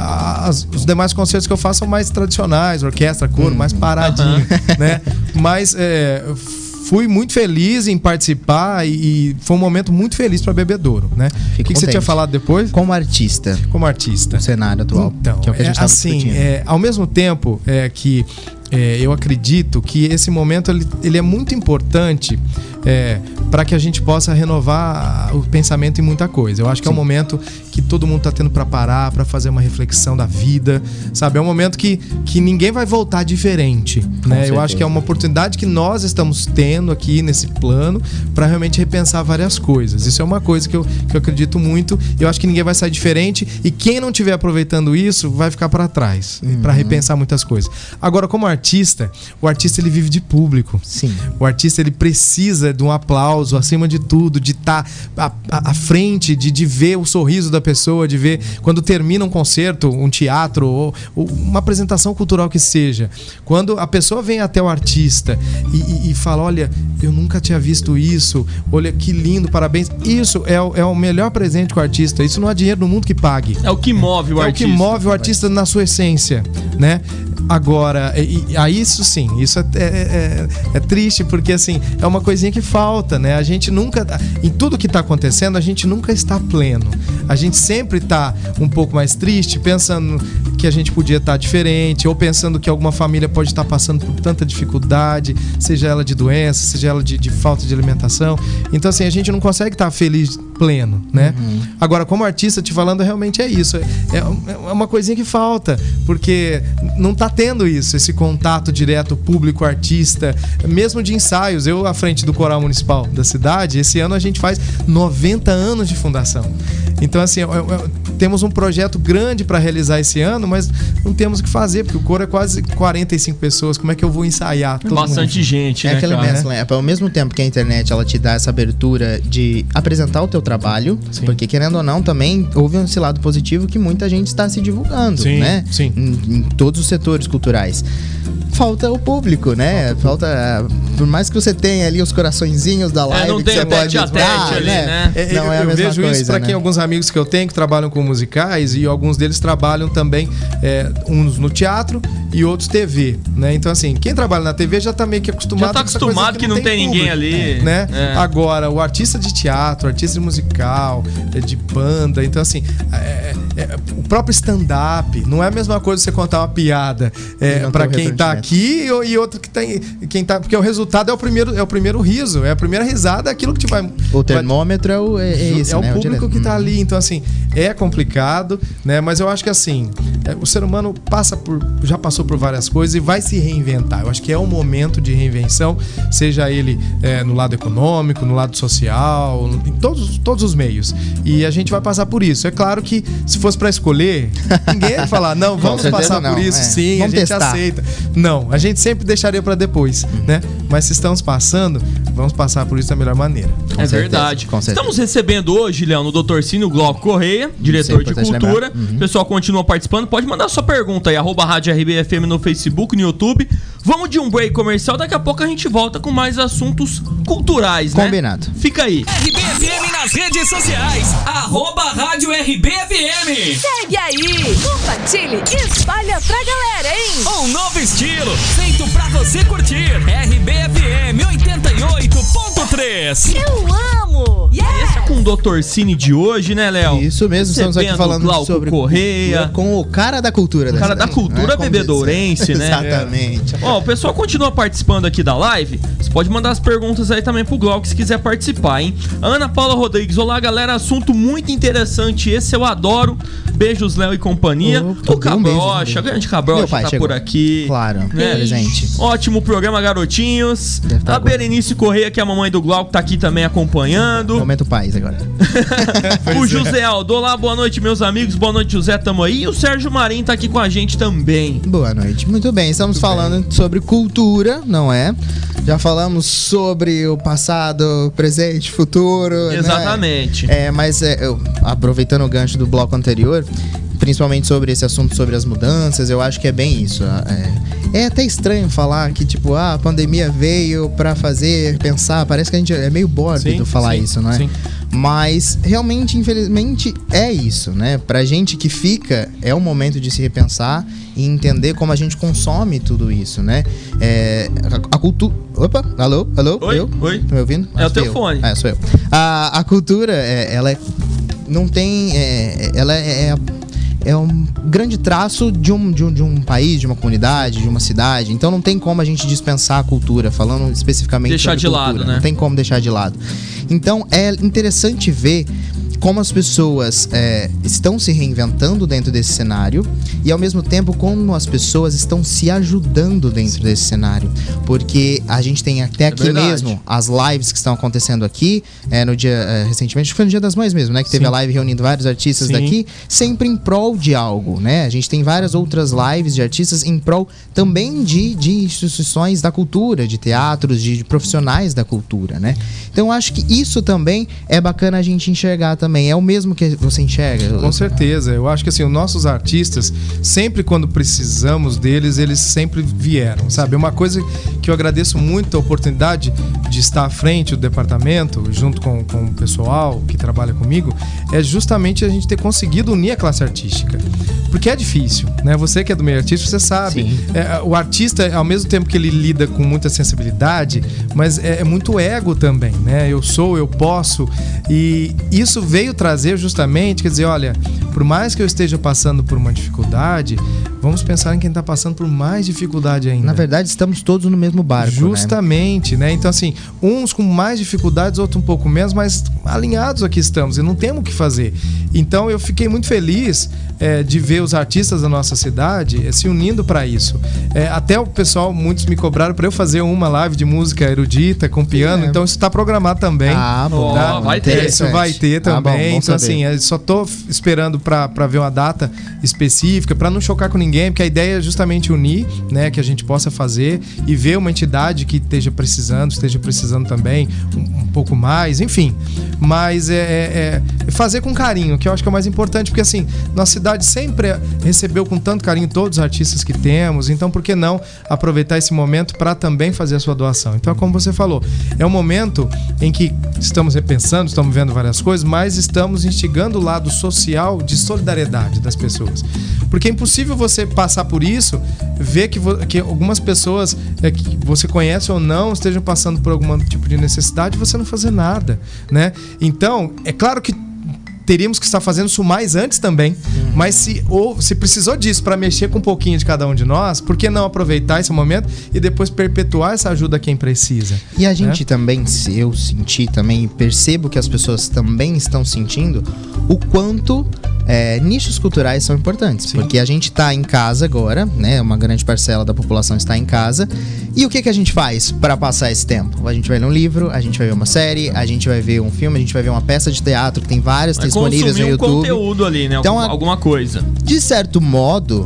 As- os demais concertos que eu faço são mais tradicionais, orquestra, coro, mais paradinho, né? Mas é, fui muito feliz em participar e, e foi um momento muito feliz para Bebedouro, né? O que, que você contente. tinha falado depois? Como artista, Como artista. o cenário atual. Então, que é o que a gente é, tava assim, discutindo. é, ao mesmo tempo é, que é, eu acredito que esse momento ele, ele é muito importante é, para que a gente possa renovar o pensamento em muita coisa. Eu acho que é um momento que todo mundo tá tendo para parar, para fazer uma reflexão da vida, sabe? É um momento que, que ninguém vai voltar diferente, né? Eu certeza. acho que é uma oportunidade que nós estamos tendo aqui nesse plano para realmente repensar várias coisas. Isso é uma coisa que eu, que eu acredito muito. Eu acho que ninguém vai sair diferente e quem não estiver aproveitando isso vai ficar para trás, para repensar muitas coisas. Agora, como artista, o artista ele vive de público. Sim. O artista ele precisa de um aplauso acima de tudo, de estar à, à- à frente, de, de ver o sorriso da pessoa, de ver quando termina um concerto, um teatro ou, ou uma apresentação cultural que seja. Quando a pessoa vem até o artista e, e- e fala, olha, eu nunca tinha visto isso, olha que lindo, parabéns. Isso é o, é o melhor presente com o artista. Isso não há dinheiro no mundo que pague. É o que move o É o artista. que move o artista na sua essência, né? Agora, e, e- aí isso sim, isso é, é- é- é triste porque assim, é uma coisinha que falta, né? A gente nunca, em tudo que tá acontecendo, a gente nunca está pleno. A gente sempre tá um pouco mais triste, pensando que a gente podia estar diferente, ou pensando que alguma família pode estar passando por tanta dificuldade, seja ela de doença, seja ela de, de falta de alimentação. Então assim, a gente não consegue estar feliz pleno, né? Agora, como artista, te falando, realmente é isso. É, é uma coisinha que falta, porque não tá tendo isso, esse contato direto público-artista, mesmo de ensaios. Eu, à frente do Coral Municipal da cidade, esse ano a gente faz noventa anos de fundação. Então, assim, é- é- temos um projeto grande para realizar esse ano, mas não temos o que fazer, porque o coro é quase quarenta e cinco pessoas. Como é que eu vou ensaiar todo Bastante mundo? gente, É né, aquele cara? mesmo, né? Ao mesmo tempo que a internet ela te dá essa abertura de apresentar o teu trabalho, Sim. porque querendo ou não, também houve esse lado positivo que muita gente está se divulgando, Sim, né? sim. Em, em todos os setores culturais. Falta o público, né? Falta, por mais que você tenha ali os coraçõezinhos da live, não que tem você o pode tete a tete dar, ali, né? É, Não eu, é a eu mesma vejo coisa, isso para né? quem alguns amigos que eu tenho que trabalham com musicais e alguns deles trabalham também, é, uns no teatro e outros T V, né? Então assim, quem trabalha na T V já tá meio que acostumado Já tá com essa coisa acostumado que não tem ninguém ali. né? É. Agora, o artista de teatro, o artista de musical, é, de banda, então assim, é, é, o próprio stand-up não é a mesma coisa você contar uma piada E é, não para ter o quem retorno tá direto. aqui e, e outro que tem quem tá, porque o resultado é o primeiro é o primeiro riso, é a primeira risada, é aquilo que te vai O vai- termômetro é, o, é, é esse, é né? o público direto. que tá Hum. ali, então assim, é complicado, né? Mas eu acho que assim, é, o ser humano passa por, já passou por várias coisas e vai se reinventar. Eu acho que é um momento de reinvenção, seja ele é, no lado econômico, no lado social, em todos, todos os meios. E a gente vai passar por isso. É claro que se fosse pra escolher, ninguém ia falar, não, vamos certeza passar não, por isso, é. sim, Vamos a gente testar. aceita. Não, a gente sempre deixaria pra depois, né? Mas se estamos passando, vamos passar por isso da melhor maneira. É certeza, verdade. com certeza. Estamos recebendo hoje, Leão, no doutor Cínio Glauco Correia, diretor Isso é de importante cultura. lembrar. Uhum. O pessoal continua participando. Pode mandar sua pergunta aí, arroba Rádio R B F M no Facebook, no YouTube. Vamos de um break comercial. Daqui a pouco a gente volta com mais assuntos culturais, né? Combinado. Fica aí. R B F M nas redes sociais. Arroba Rádio R B F M. Segue aí, compartilhe e espalha pra galera, hein? Um novo estilo, feito pra você curtir. R B F M oitenta e oito ponto três. Eu amo! Yeah! Esse é com o doutor Cine de hoje, né, Léo? Isso mesmo, estamos aqui Recebendo falando Glauco sobre Correia. cultura com o cara da cultura. O da cara da cidade, cultura né? Como bebedourense, dizer. né? Exatamente. Ó, o pessoal continua participando aqui da live. Você pode mandar as perguntas aí também pro Glauco se quiser participar, hein? Ana Paula Rodrigues, olá galera, assunto muito interessante esse, eu adoro. Beijos, Léo e companhia. Opa, O Cabrocha, um grande Meu Cabrocha pai tá chegou. por aqui. Claro, Né? presente. Ótimo programa, garotinhos. Deve tá A agora. Berenice Correia, que é a mamãe do Glauco, tá aqui também acompanhando. Momento paz agora. O José Aldo, olá, boa noite, meus amigos. Boa noite, José, tamo aí. E o Sérgio Marim tá aqui com a gente também. Boa noite. Muito bem, estamos falando sobre cultura, não é? Já falamos sobre o passado, presente, futuro. né? Exatamente. É, mas é, eu, aproveitando o gancho do bloco anterior, principalmente sobre esse assunto sobre as mudanças, eu acho que é bem isso. É, é até estranho falar que, tipo, ah, a pandemia veio pra fazer, pensar, parece que a gente é meio mórbido Sim, falar sim, isso, não é? sim. Mas realmente, infelizmente, é isso, né? Pra gente que fica, é o momento de se repensar e entender como a gente consome tudo isso, né? É, a, a cultura. Opa, alô, alô, Oi, eu? oi. Tá me ouvindo? É Ah, o sou teu eu. fone. Ah, sou eu. A, a cultura, é, ela é, não tem. É, ela é. É um grande traço de um, de, um, de um país, de uma comunidade, de uma cidade. Então não tem como a gente dispensar a cultura, falando especificamente Deixar sobre de cultura. lado, né? Não tem como deixar de lado. Então é interessante ver como as pessoas é, estão se reinventando dentro desse cenário e ao mesmo tempo como as pessoas estão se ajudando dentro desse cenário, porque a gente tem até aqui verdade. mesmo as lives que estão acontecendo aqui, é, no dia é, recentemente, acho que foi no Dia das Mães mesmo, né, que teve Sim. a live reunindo vários artistas Sim. daqui, sempre em prol de algo, né? A gente tem várias outras lives de artistas em prol também de, de instituições da cultura, de teatros, de, de profissionais da cultura, né? Então eu acho que isso também é bacana a gente enxergar também. É o mesmo que você enxerga? Com certeza. Eu acho que assim, os nossos artistas, sempre quando precisamos deles, eles sempre vieram, sabe? Uma coisa que eu agradeço muito a oportunidade de estar à frente do departamento, junto com, com o pessoal que trabalha comigo, é justamente a gente ter conseguido unir a classe artística. Porque é difícil, né? Você que é do meio artístico, você sabe. É, o artista, ao mesmo tempo que ele lida com muita sensibilidade, mas é, é muito ego também, né? Eu sou, eu posso. E isso veio trazer justamente, quer dizer, olha, por mais que eu esteja passando por uma dificuldade, vamos pensar em quem está passando por mais dificuldade ainda. Na verdade, estamos todos no mesmo barco, Justamente, né? Então, assim, uns com mais dificuldades, outros um pouco menos, mas alinhados aqui estamos e não temos o que fazer. Então, eu fiquei muito feliz é, de ver os artistas da nossa cidade é, se unindo para isso. É, até o pessoal, muitos me cobraram para eu fazer uma live de música erudita com piano, é. então isso está programado também. Ah, bom. Ó, vai ter. Isso vai ter Ah, bom, também. bom então, saber. assim, eu só tô esperando pra, pra ver uma data específica, pra não chocar com ninguém, porque a ideia é justamente unir, né? Que a gente possa fazer e ver uma entidade que esteja precisando, esteja precisando também um, um pouco mais, enfim. Mas é, é, é fazer com carinho, que eu acho que é o mais importante, porque assim, nossa cidade sempre recebeu com tanto carinho todos os artistas que temos, então por que não aproveitar esse momento para também fazer a sua doação? Então, como você falou, é um momento em que estamos repensando, estamos vendo várias coisas, mas estamos instigando o lado social de solidariedade das pessoas. Porque é impossível você passar por isso, ver que, vo- que algumas pessoas é, que você conhece ou não estejam passando por algum tipo de necessidade e você não fazer nada, né? Então, é claro que teríamos que estar fazendo isso mais antes também, uhum. mas se, ou, se precisou disso para mexer com um pouquinho de cada um de nós, por que não aproveitar esse momento e depois perpetuar essa ajuda a quem precisa? E a gente né? também, se eu senti também, percebo que as pessoas também estão sentindo o quanto é, nichos culturais são importantes. Sim. Porque a gente tá em casa agora, né? Uma grande parcela da população está em casa. E o que, que a gente faz para passar esse tempo? A gente vai ler um livro, a gente vai ver uma série, a gente vai ver um filme, a gente vai ver uma peça de teatro que tem várias Vai disponíveis no consumir um YouTube. conteúdo ali, né? Então, Alguma, a- alguma coisa. De certo modo,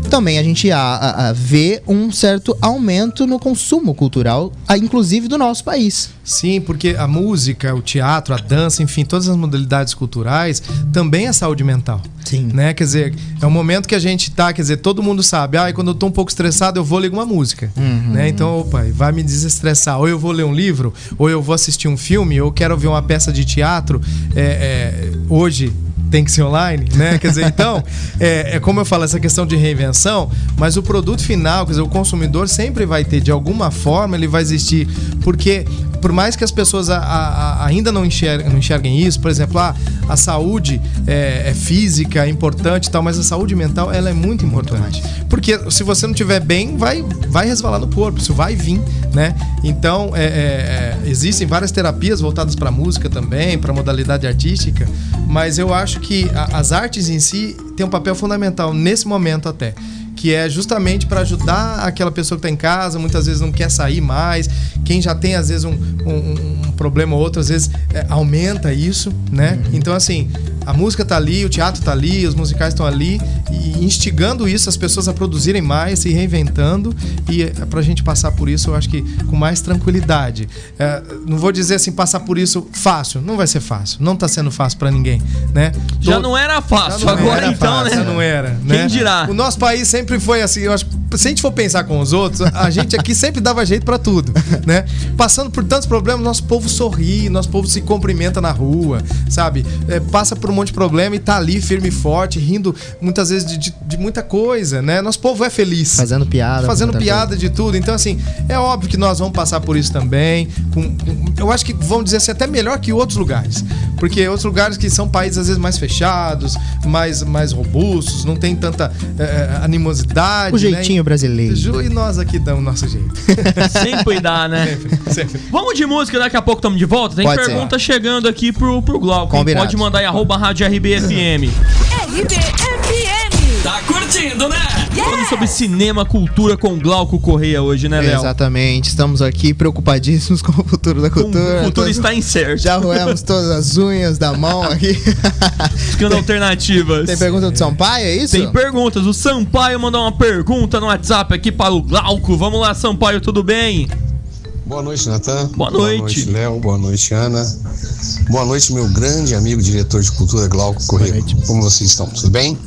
também a gente a, a, a vê um certo aumento no consumo cultural, a, inclusive do nosso país. Sim, porque a música, o teatro, a dança, enfim, todas as modalidades culturais também é saúde mental. Sim. Né? Quer dizer, é um momento que a gente tá, quer dizer, todo mundo sabe, ah, quando eu tô um pouco estressado eu vou ler uma música. Uhum. Né? Então, opa, vai me desestressar. Ou eu vou ler um livro, ou eu vou assistir um filme, ou quero ver uma peça de teatro. É, é, hoje tem que ser online, né? Quer dizer, então, é, é como eu falo, essa questão de reinvenção, mas o produto final, quer dizer, o consumidor sempre vai ter, de alguma forma, ele vai existir, porque por mais que as pessoas a, a, ainda não enxerguem, não enxerguem isso, por exemplo, ah, a saúde é, é física, é importante e tal, mas a saúde mental, ela é muito importante. Porque se você não estiver bem, vai, vai resvalar no corpo, isso vai vir, né? Então, é, é, existem várias terapias voltadas para música também, para modalidade artística, mas eu acho que a, as artes em si têm um papel fundamental nesse momento até, que é justamente para ajudar aquela pessoa que está em casa, muitas vezes não quer sair mais, quem já tem às vezes um, um, um problema ou outro, às vezes é, aumenta isso, né? Uhum. Então assim, a música tá ali, o teatro tá ali, os musicais estão ali, e instigando isso, as pessoas a produzirem mais, se reinventando, e é pra gente passar por isso, eu acho que com mais tranquilidade. É, não vou dizer assim, passar por isso fácil, não vai ser fácil, não tá sendo fácil para ninguém, né? Já Todo... não era fácil, já não agora era então, fácil, né? Já não era, Quem né? dirá? O nosso país sempre foi assim, eu acho que se a gente for pensar com os outros, a gente aqui sempre dava jeito pra tudo, né? Passando por tantos problemas, nosso povo sorri, nosso povo se cumprimenta na rua, sabe? É, passa por um monte de problema e tá ali firme e forte, rindo muitas vezes de, de, de muita coisa, né? Nosso povo é feliz. Fazendo piada. Fazendo piada coisa. De tudo. Então, assim, é óbvio que nós vamos passar por isso também. Com, com, eu acho que, vamos dizer assim, até melhor que outros lugares. Porque outros lugares que são países, às vezes, mais fechados, mais, mais robustos, não tem tanta é, animosidade. O jeitinho, né? Brasileiro. E nós aqui damos o nosso jeito. Sempre dá, né? Sempre, sempre. Vamos de música, daqui a pouco estamos de volta. Tem Pode pergunta ser. chegando aqui pro, pro Glauco. Combinado. Pode mandar aí, arroba rádio R B F M. R B F M. Tá curtindo, né? Falando sobre cinema, cultura com Glauco Correia hoje, né, Léo? Exatamente, estamos aqui preocupadíssimos com o futuro da cultura. O futuro Todos- está incerto. Já roemos todas as unhas da mão aqui. Buscando alternativas. Tem pergunta do Sampaio, é isso? Tem perguntas. O Sampaio mandou uma pergunta no WhatsApp aqui para o Glauco. Vamos lá, Sampaio, tudo bem? Boa noite, Natan. Boa noite. Boa noite, Léo. Boa noite, Ana. Boa noite, meu grande amigo, diretor de cultura, Glauco Correia. Como vocês estão? Tudo bem?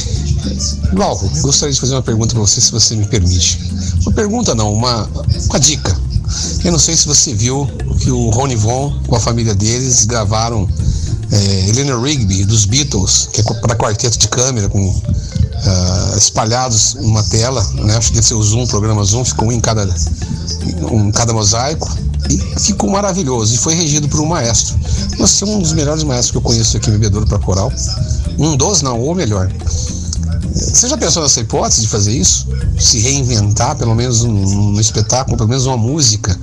Glauco, gostaria de fazer uma pergunta para você, se você me permite. Uma pergunta não, uma, uma dica. Eu não sei se você viu que o Ronnie Von, com a família deles, gravaram é, Eleanor Rigby, dos Beatles, que é para quarteto de câmera, com uh, espalhados numa tela, né? Acho que deve ser o Zoom, o programa Zoom, ficou um em cada, um em cada mosaico, e ficou maravilhoso, e foi regido por um maestro. Você é um dos melhores maestros que eu conheço aqui em Bebedouro para coral. Um dos, não, ou melhor. Você já pensou nessa hipótese de fazer isso? Se reinventar, pelo menos um, um espetáculo, pelo menos uma música,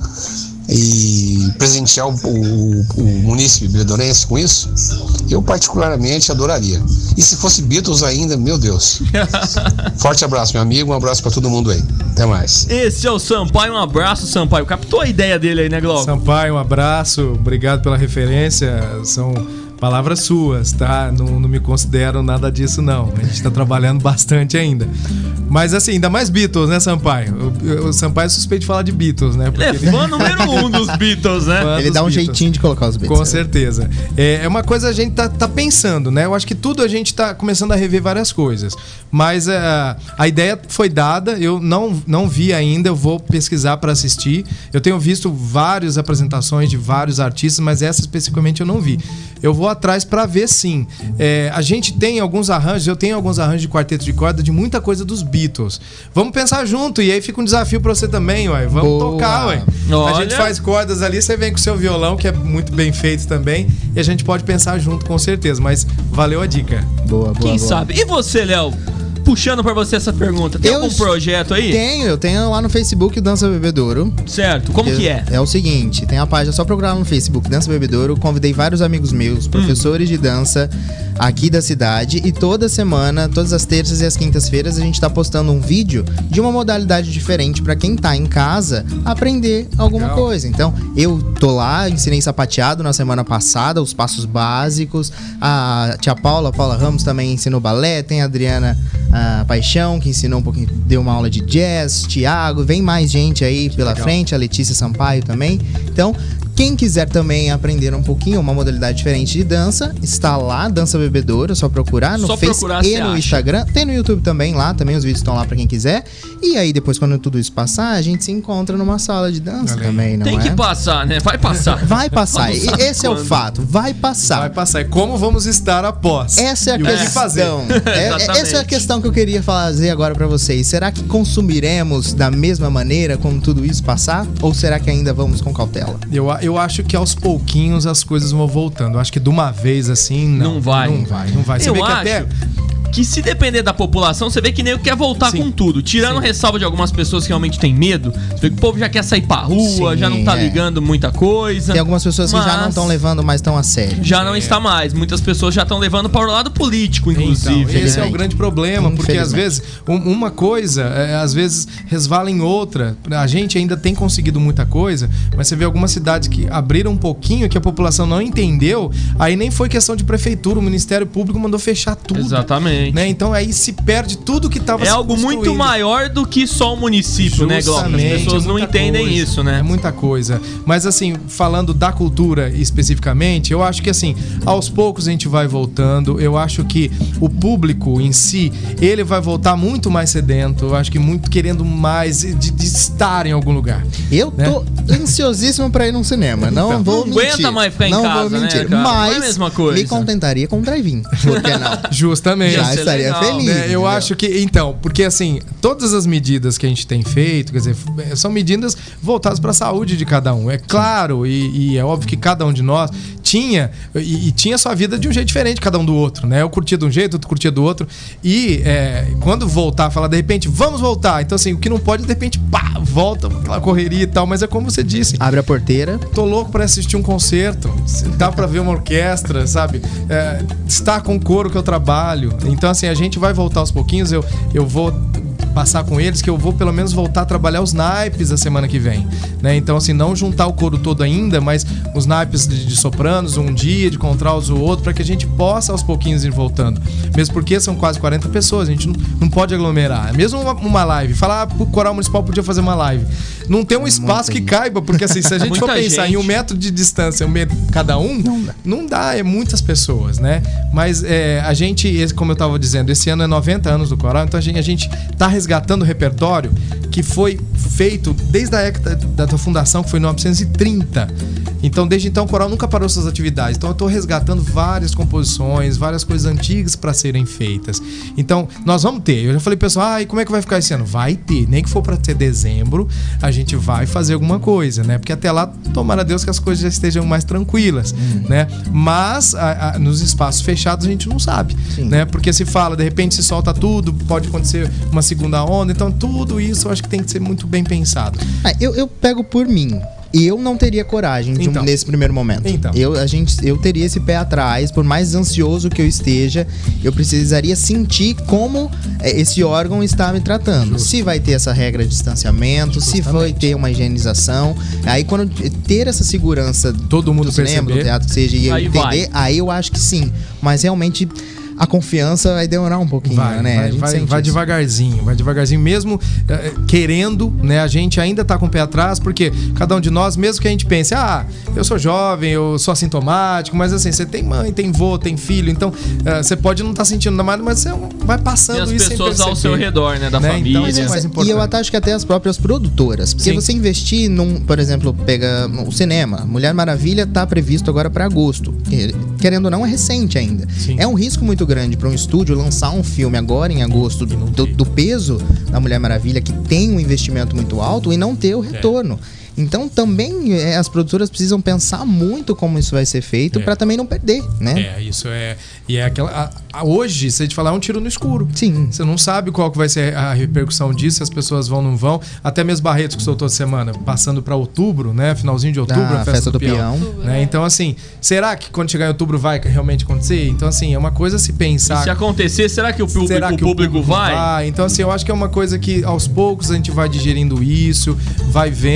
e presentear o, o, o munícipe bebedourense com isso? Eu particularmente adoraria. E se fosse Beatles ainda, meu Deus. Forte abraço, meu amigo, um abraço pra todo mundo aí. Até mais. Esse é o Sampaio, um abraço, Sampaio. Captou a ideia dele aí, né, Glauco? Sampaio, um abraço, obrigado pela referência. São palavras suas, tá? Não, não me considero nada disso, não. A gente tá trabalhando bastante ainda. Mas assim, ainda mais Beatles, né, Sampaio? O, o Sampaio é suspeito de falar de Beatles, né? Porque Ele é fã número um dos Beatles, né? Fã Ele dos dá um Beatles. jeitinho de colocar os beats. Com certeza. É, é uma coisa a gente tá, tá pensando, né? Eu acho que tudo a gente tá começando a rever várias coisas. Mas uh, a ideia foi dada, eu não, não vi ainda, eu vou pesquisar para assistir. Eu tenho visto várias apresentações de vários artistas, mas essa especificamente eu não vi. Eu vou atrás para ver, sim. É, a gente tem alguns arranjos, eu tenho alguns arranjos de quarteto de corda de muita coisa dos Beatles. Vamos pensar junto, e aí fica um desafio para você também, ué. Vamos Boa. tocar, ué. Olha. A gente faz cordas ali, você vem com o seu violão, que é muito bem feito também, e a gente pode pensar junto, com certeza. Mas valeu a dica. Boa, boa, Quem boa. sabe? E você, Léo? Puxando pra você essa pergunta, tem Eu algum projeto aí? Tenho, eu tenho lá no Facebook o Dança Bebedouro. Certo, como que é? É o seguinte, tem a página, só procurar no Facebook Dança Bebedouro. Convidei vários amigos meus, professores de dança aqui da cidade, e toda semana, todas as terças e as quintas-feiras, a gente tá postando um vídeo de uma modalidade diferente pra quem tá em casa aprender alguma Legal. coisa. Então, eu tô lá, ensinei sapateado na semana passada, os passos básicos. A tia Paula, Paula Ramos também ensinou balé, tem a Adriana a Paixão, que ensinou um pouquinho, deu uma aula de jazz, Thiago, vem mais gente aí pela legal. frente, a Letícia Sampaio também. Então, quem quiser também aprender um pouquinho, uma modalidade diferente de dança, está lá, Dança Bebedouro, é só procurar no Só Face procurar, e cê no acha. Instagram. Tem no YouTube também lá, também os vídeos estão lá pra quem quiser. E aí, depois, quando tudo isso passar, a gente se encontra numa sala de dança Olha aí. também, não Tem é? que passar, né? Vai passar. Vai passar, Não e sabe esse é o quando. fato, vai passar. Vai passar. E como vamos estar após? Essa é a E o que questão. fazer? É, Exatamente. essa é a questão que eu queria fazer agora pra vocês. Será que consumiremos da mesma maneira como tudo isso passar? Ou será que ainda vamos com cautela? Eu, eu acho que aos pouquinhos as coisas vão voltando. Eu acho que de uma vez assim, não. Não vai. Não vai, não vai. Você Eu vê que acho até. que se depender da população, você vê que nem eu quer voltar Sim. com tudo. Tirando Sim. ressalva de algumas pessoas que realmente têm medo, você vê que o povo já quer sair pra rua, Sim, já não tá é. ligando muita coisa. Tem algumas pessoas que já não Mas estão levando mais tão a sério. Já não está mais. Muitas pessoas já estão levando para o lado político, inclusive. Então, esse é o infelizmente. grande problema, porque às Infelizmente. vezes um- uma coisa, é, às vezes resvala em outra. A gente ainda tem conseguido muita coisa, mas você vê algumas cidades que abriram um pouquinho, que a população não entendeu, aí nem foi questão de prefeitura, o Ministério Público mandou fechar tudo. Exatamente. Né? Então aí se perde tudo que estava É algo muito maior do que só o município, né, Glauco? As Justamente, pessoas é não muita entendem coisa, isso, né? É muita coisa. Mas assim, falando da cultura especificamente, eu acho que assim, aos poucos a gente vai voltando. Eu acho que o público em si, ele vai voltar muito mais sedento. Eu acho que muito querendo mais de, de estar em algum lugar. Eu tô ansiosíssimo pra ir num cinema. Não Então, vou não mentir. aguenta mais ficar em não casa, vou né, mentir. cara? Não é a Mas mesma coisa. me contentaria com um drive-in. Por que não? Justamente. Já ser estaria legal, feliz. Né, eu entendeu? acho que, então, porque assim, todas as medidas que a gente tem feito, quer dizer, são medidas voltadas para a saúde de cada um. É claro, e, e é óbvio que cada um de nós tinha e, e tinha sua vida de um jeito diferente, cada um do outro, né? Eu curtia de um jeito, outro curtia do outro. E é, quando voltar, falar de repente, vamos voltar. Então, assim, o que não pode, de repente, pá, volta, aquela correria e tal. Mas é como você disse. Abre a porteira. Tô louco pra assistir um concerto, dá pra ver uma orquestra, sabe? É, estar com o coro que eu trabalho. Então, assim, a gente vai voltar aos pouquinhos. Eu, eu vou passar com eles que eu vou pelo menos voltar a trabalhar os naipes a semana que vem, né? Então, assim, não juntar o coro todo ainda, mas os naipes de, de sopranos um dia, de contraltos o outro, para que a gente possa aos pouquinhos ir voltando. Mesmo porque são quase quarenta pessoas, a gente não, não pode aglomerar. Mesmo uma, uma live, falar, ah, o Coral Municipal podia fazer uma live. Não tem um espaço que caiba, porque assim, se a gente Muita for pensar gente. em um metro de distância, um metro cada um, não dá, não dá é muitas pessoas, né? Mas é, a gente, esse- como eu tava dizendo, esse ano é noventa anos do Coral, então a gente, a gente tá resgatando o repertório que foi feito desde a época da, da fundação, que foi em mil novecentos e trinta. Então, desde então, o Coral nunca parou suas atividades. Então, eu tô resgatando várias composições, várias coisas antigas para serem feitas. Então, nós vamos ter. Eu já falei, pessoal, ah, e como é que vai ficar esse ano? Vai ter. Nem que for para ser dezembro, a gente vai fazer alguma coisa, né? Porque até lá, tomara a Deus que as coisas já estejam mais tranquilas, Uhum. né? Mas, a- a- nos espaços fechados, a gente não sabe, Sim. né? Porque se fala, de repente se solta tudo, pode acontecer uma segunda onda. Então, tudo isso eu acho que tem que ser muito bem pensado. Ah, eu, eu pego por mim. Eu não teria coragem de um- Então. nesse primeiro momento. Então. Eu, a gente, eu teria esse pé atrás, por mais ansioso que eu esteja, eu precisaria sentir como é, esse órgão está me tratando. Justo. Se vai ter essa regra de distanciamento, se vai Justamente. ter uma higienização. Aí quando ter essa segurança Todo mundo do cinema, do perceber. teatro, que seja, e eu Aí entender, vai. aí eu acho que sim. Mas realmente a confiança vai demorar um pouquinho, Vai, né? A vai, gente vai, sente vai isso. devagarzinho, vai devagarzinho, mesmo eh, querendo, né? A gente ainda tá com o pé atrás, porque cada um de nós, mesmo que a gente pense, ah, eu sou jovem, eu sou assintomático, mas assim, você tem mãe, tem vô, tem filho, então eh, você pode não estar sentindo nada mais, mas você vai E passando as isso sem pessoas ao perceber. seu redor, né? Da Né? família. Então, isso é mais E importante. eu até acho que até as próprias produtoras. Porque Sim. você investir num, por exemplo, pega o cinema. Mulher Maravilha tá previsto agora para agosto. E, querendo ou não, é recente ainda. Sim. É um risco muito grande para um estúdio lançar um filme agora em agosto do, do, do peso da Mulher Maravilha, que tem um investimento muito alto, e não ter o retorno. Então também é, as produtoras precisam pensar muito como isso vai ser feito É. para também não perder, né? É, isso é. E é aquela. a- a- hoje, se a gente falar, é um tiro no escuro. Sim. Você não sabe qual que vai ser a repercussão disso, se as pessoas vão ou não vão. Até mesmo Barretos, que soltou semana, passando para outubro, né? Finalzinho de outubro, Ah, a festa, do, Peão. Né? Então, assim, será que quando chegar em outubro vai realmente acontecer? Então, assim, é uma coisa se pensar. Se acontecer, será que o público, Será que o público vai? Então, assim, eu acho que é uma coisa que aos poucos a gente vai digerindo isso, vai vendo.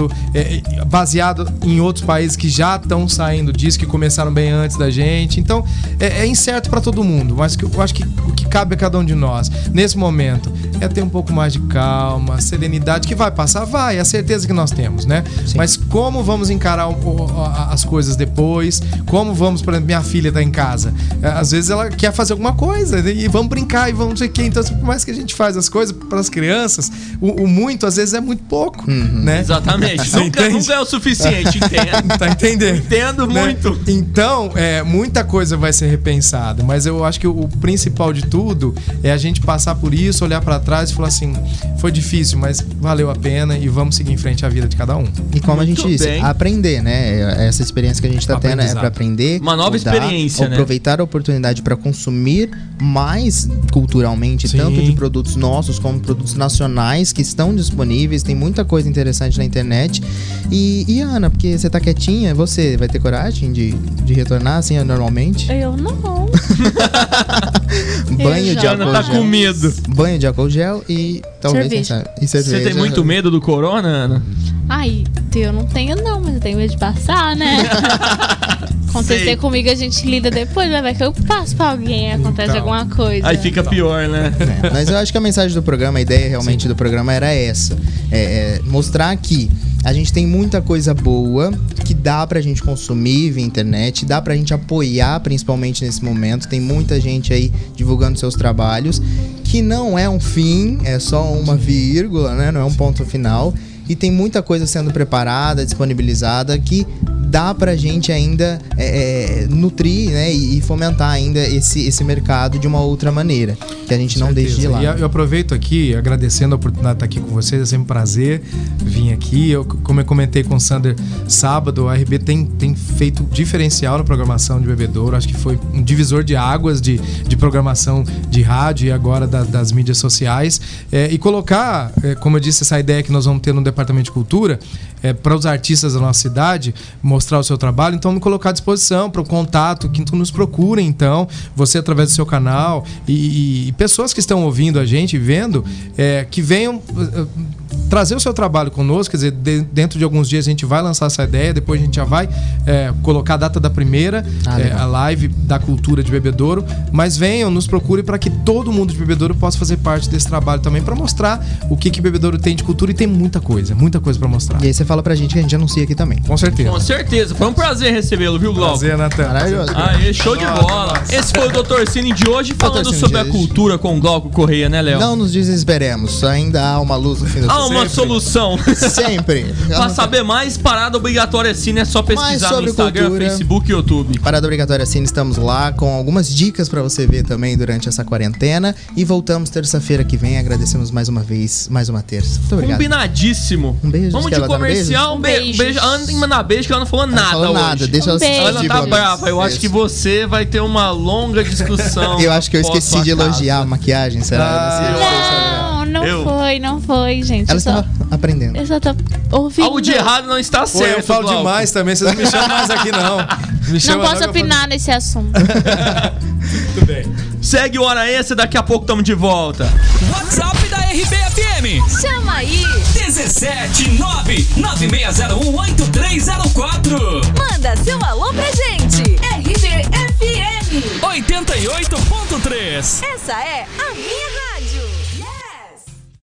fazendo, é, baseado em outros países que já estão saindo disso, que começaram bem antes da gente. Então, é, é incerto para todo mundo, mas eu acho que o que cabe a cada um de nós, nesse momento, é ter um pouco mais de calma, serenidade, que vai passar, vai, é a certeza que nós temos, né? Sim. Mas como vamos encarar o, o, as coisas depois, como vamos, por exemplo, minha filha tá em casa, às vezes ela quer fazer alguma coisa e vamos brincar e vamos não sei o quê, então por mais que a gente faz as coisas para as crianças, o, o muito às vezes é muito pouco, uhum. né? Exatamente, nunca, nunca é o suficiente, entendo. Tá entendendo? Entendo né? muito. Então, é, muita coisa vai ser repensada, mas eu acho que o, o principal de tudo é a gente passar por isso, olhar para trás e falar assim, foi difícil, mas valeu a pena e vamos seguir em frente a vida de cada um. E como Muito a gente disse, bem. aprender, né? Essa experiência que a gente tá tendo é para aprender, uma nova mudar, experiência, né? Aproveitar a oportunidade para consumir mais culturalmente, Sim. tanto de produtos nossos como produtos nacionais que estão disponíveis. Tem muita coisa interessante na internet. E, e Ana, porque você tá quietinha, você vai ter coragem de, de retornar assim normalmente? Eu não. Banho de álcool Ana tá gel. com medo. Banho de álcool gel e talvez Cerveja. E cerveja. Você tem muito medo do corona, Ana? Ai, eu não tenho não, mas eu tenho medo de passar, né? Acontecer Sei. comigo a gente lida depois, né? Vai que eu passo pra alguém e acontece Então. alguma coisa. Aí fica pior, né? É, mas eu acho que a mensagem do programa, a ideia realmente Sim. do programa era essa. É, é mostrar que a gente tem muita coisa boa que dá pra gente consumir via internet, dá pra gente apoiar, principalmente nesse momento. Tem muita gente aí divulgando seus trabalhos, que não é um fim, é só uma vírgula, né? Não é um ponto final. E tem muita coisa sendo preparada, disponibilizada, que dá pra gente ainda é, é, nutrir, né, e, e fomentar ainda esse, esse mercado de uma outra maneira, que a gente não deixe de lado. E eu aproveito aqui, agradecendo a oportunidade de estar aqui com vocês, é sempre um prazer vir aqui. Eu, como eu comentei com o Sander sábado, a R B tem, tem feito diferencial na programação de Bebedouro. Acho que foi um divisor de águas de, de programação de rádio e agora da, das mídias sociais. É, e colocar, é, como eu disse, essa ideia que nós vamos ter no Departamento de Cultura, é, para os artistas da nossa cidade mostrar o seu trabalho, então me colocar à disposição para o contato, que tu nos procurem, então, você através do seu canal e, e, e pessoas que estão ouvindo a gente, vendo, é, que venham uh, trazer o seu trabalho conosco, quer dizer, de, dentro de alguns dias a gente vai lançar essa ideia, depois a gente já vai é, colocar a data da primeira, ah, é, a live da cultura de Bebedouro, mas venham, nos procurem para que todo mundo de Bebedouro possa fazer parte desse trabalho também, para mostrar o que que Bebedouro tem de cultura, e tem muita coisa, muita coisa para mostrar. E aí você fala pra gente que a gente anuncia aqui também. Com certeza. Com certeza. Foi um prazer recebê-lo, viu, Glauco? Prazer, Natan. Maravilhoso. Aê, show de bola. Esse foi o doutor Cine de hoje, falando doutor Cine sobre de a hoje. cultura com o Glauco Correia, né, Léo? Não nos desesperemos, ainda há uma luz no fim do Há uma Sempre. solução. Sempre. Pra saber mais, Parada Obrigatória Cine é só pesquisar no sobre Instagram, cultura. Facebook e YouTube. Parada Obrigatória Cine, estamos lá com algumas dicas pra você ver também durante essa quarentena. E voltamos terça-feira que vem. Agradecemos mais uma vez, mais uma terça. Muito obrigado. Combinadíssimo. Um beijo. Vamos Quer de ela dar um comercial. Um beijo. Beijos. beijo. Ana tem que mandar beijo, que ela não falou Ela nada falou hoje. nada, deixa Um ela beijo. se Ana tá brava. Eu acho que você vai ter uma longa discussão. Eu acho que eu após esqueci sua de elogiar a casa. maquiagem, será? Ah, Não, não Eu- foi, não foi, gente. Ela eu, só, estava aprendendo. eu só tô ouvindo. Algo de errado não está Pô, certo. eu falo Glauco. demais também, vocês não me chamam mais aqui não. Me Não chama posso que eu opinar nesse assunto. falo- Muito bem. Segue o Hora Extra, daqui a pouco estamos de volta. WhatsApp da R B F M Chama aí. dezessete nove nove seis zero um oito três zero